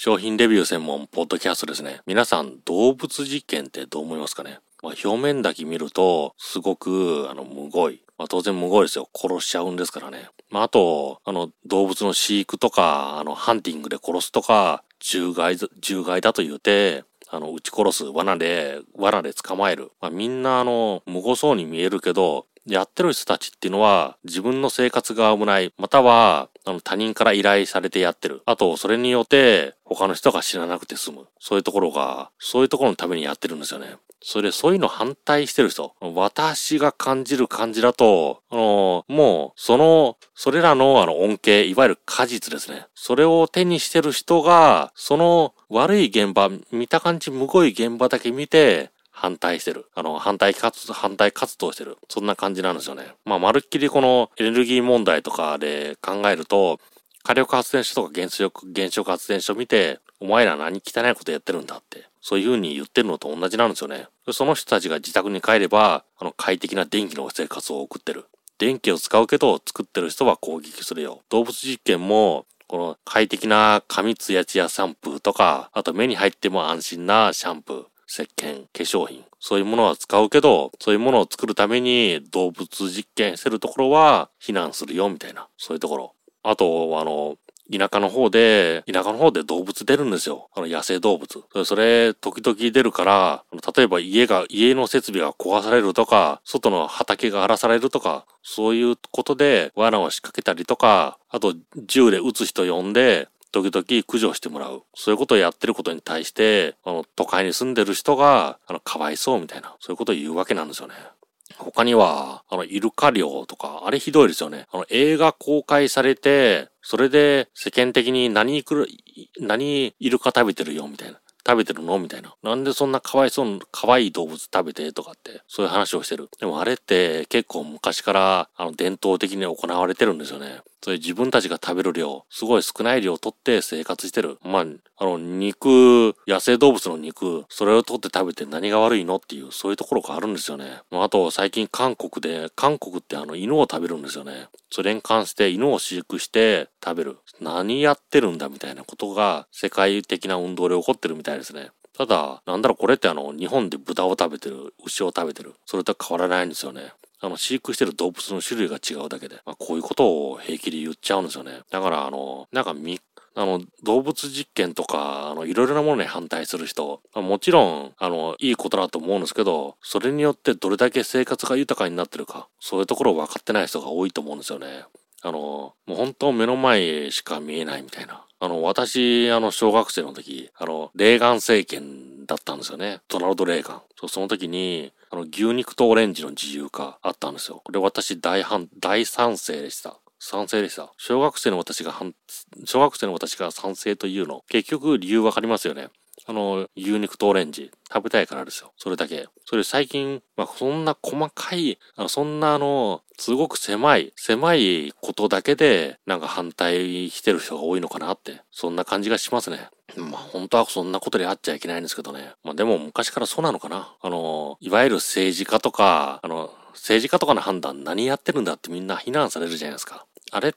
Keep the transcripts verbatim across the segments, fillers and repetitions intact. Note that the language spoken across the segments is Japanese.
商品レビュー専門ポッドキャストですね。皆さん、動物実験ってどう思いますかね？まあ、表面だけ見ると、すごく、あの、むごい。まあ、当然むごいですよ。殺しちゃうんですからね。まあ、あと、あの、動物の飼育とか、あの、ハンティングで殺すとか、獣害、獣害だと言うて、あの、撃ち殺す、罠で、罠で捕まえる。まあ、みんな、あの、むごそうに見えるけど、やってる人たちっていうのは、自分の生活が危ない、または、あの、他人から依頼されてやってる。あと、それによって、他の人が知らなくて済む。そういうところが、そういうところのためにやってるんですよね。それで、そういうの反対してる人。私が感じる感じだと、あの、もう、その、それらの、あの、恩恵、いわゆる果実ですね。それを手にしてる人が、その悪い現場、見た感じ、むごい現場だけ見て、反対してる。あの、反対活動、反対活動してる。そんな感じなんですよね。まあ、まるっきりこのエネルギー問題とかで考えると、火力発電所とか原子力、原子力発電所見て、お前ら何汚いことやってるんだって。そういう風に言ってるのと同じなんですよね。その人たちが自宅に帰れば、あの、快適な電気の生活を送ってる。電気を使うけど、作ってる人は攻撃するよ。動物実験も、この快適な髪ツヤツヤシャンプーとか、あと目に入っても安心なシャンプー。石鹸、化粧品、そういうものは使うけど、そういうものを作るために動物実験してるところは非難するよみたいな、そういうところ。あと、あの、田舎の方で、田舎の方で動物出るんですよ。あの野生動物。それ、時々出るから、例えば家が、家の設備が壊されるとか、外の畑が荒らされるとか、そういうことで罠を仕掛けたりとか、あと銃で撃つ人呼んで、時々駆除してもらう。そういうことをやってることに対して、あの、都会に住んでる人が、あの、かわいそうみたいな、そういうことを言うわけなんですよね。他には、あの、イルカ漁とか、あれひどいですよね。あの、映画公開されて、それで世間的に何くる、何イルカ食べてるよみたいな。食べてるのみたいな。なんでそんなかわいそうな、可愛い動物食べてとかって、そういう話をしてる。でもあれって結構昔から、あの、伝統的に行われてるんですよね。そういう自分たちが食べる量、すごい少ない量を取って生活してる。まあ、あの、肉、野生動物の肉、それを取って食べて何が悪いのっていう、そういうところがあるんですよね。あと、最近韓国で、韓国ってあの、犬を食べるんですよね。それに関して犬を飼育して食べる。何やってるんだみたいなことが、世界的な運動で起こってるみたいですね。ただ、なんだろう、これってあの、日本で豚を食べてる、牛を食べてる。それと変わらないんですよね。あの、飼育してる動物の種類が違うだけで、まあ、こういうことを平気で言っちゃうんですよね。だから、あの、なんかみ、あの、動物実験とか、あの、いろいろなものに反対する人、まあ、もちろん、あの、いいことだと思うんですけど、それによってどれだけ生活が豊かになってるか、そういうところを分かってない人が多いと思うんですよね。あの、もう本当目の前しか見えないみたいな。あの、私、あの、小学生の時、あの、レーガン政権だったんですよね。ドナルド・レーガン。そう、その時に、あの、牛肉とオレンジの自由化あったんですよ。これ私大反、大賛成でした。賛成でした。小学生の私が反、小学生の私が賛成というの。結局理由わかりますよね。あの、牛肉とオレンジ食べたいからですよ。それだけ。それ最近、まあ、そんな細かい、あの、そんなあの、すごく狭い、狭いことだけで、なんか反対してる人が多いのかなって、そんな感じがしますね。まあ本当はそんなことであっちゃいけないんですけどね。まあでも昔からそうなのかな。あの、いわゆる政治家とか、あの、政治家とかの判断何やってるんだってみんな非難されるじゃないですか。あれって、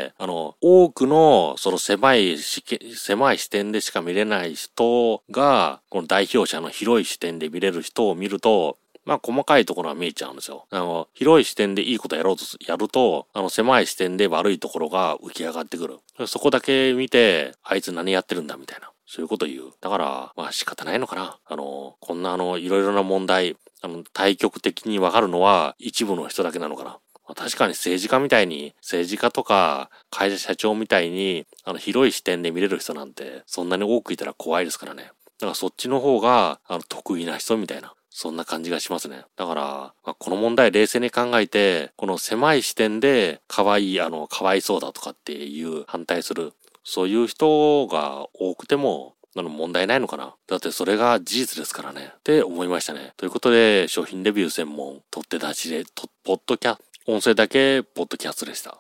あの、多くの、その狭いしけ、狭い視点でしか見れない人が、この代表者の広い視点で見れる人を見ると、まあ細かいところは見えちゃうんですよ。あの、広い視点でいいことやろうとやると、あの狭い視点で悪いところが浮き上がってくる。そこだけ見て、あいつ何やってるんだみたいな。そういうこと言う。だから、まあ仕方ないのかな。あの、こんなあの、いろいろな問題、あの、対極的にわかるのは一部の人だけなのかな。まあ、確かに政治家みたいに、政治家とか会社社長みたいに、あの、広い視点で見れる人なんて、そんなに多くいたら怖いですからね。だからそっちの方が、あの、得意な人みたいな。そんな感じがしますね。だから、まあ、この問題冷静に考えて、この狭い視点で、可愛い、あの、かわいそうだとかっていう反対する、そういう人が多くても、あの、問題ないのかな。だってそれが事実ですからね。って思いましたね。ということで、商品レビュー専門、取って出しで、ポッドキャ、音声だけポッドキャストでした。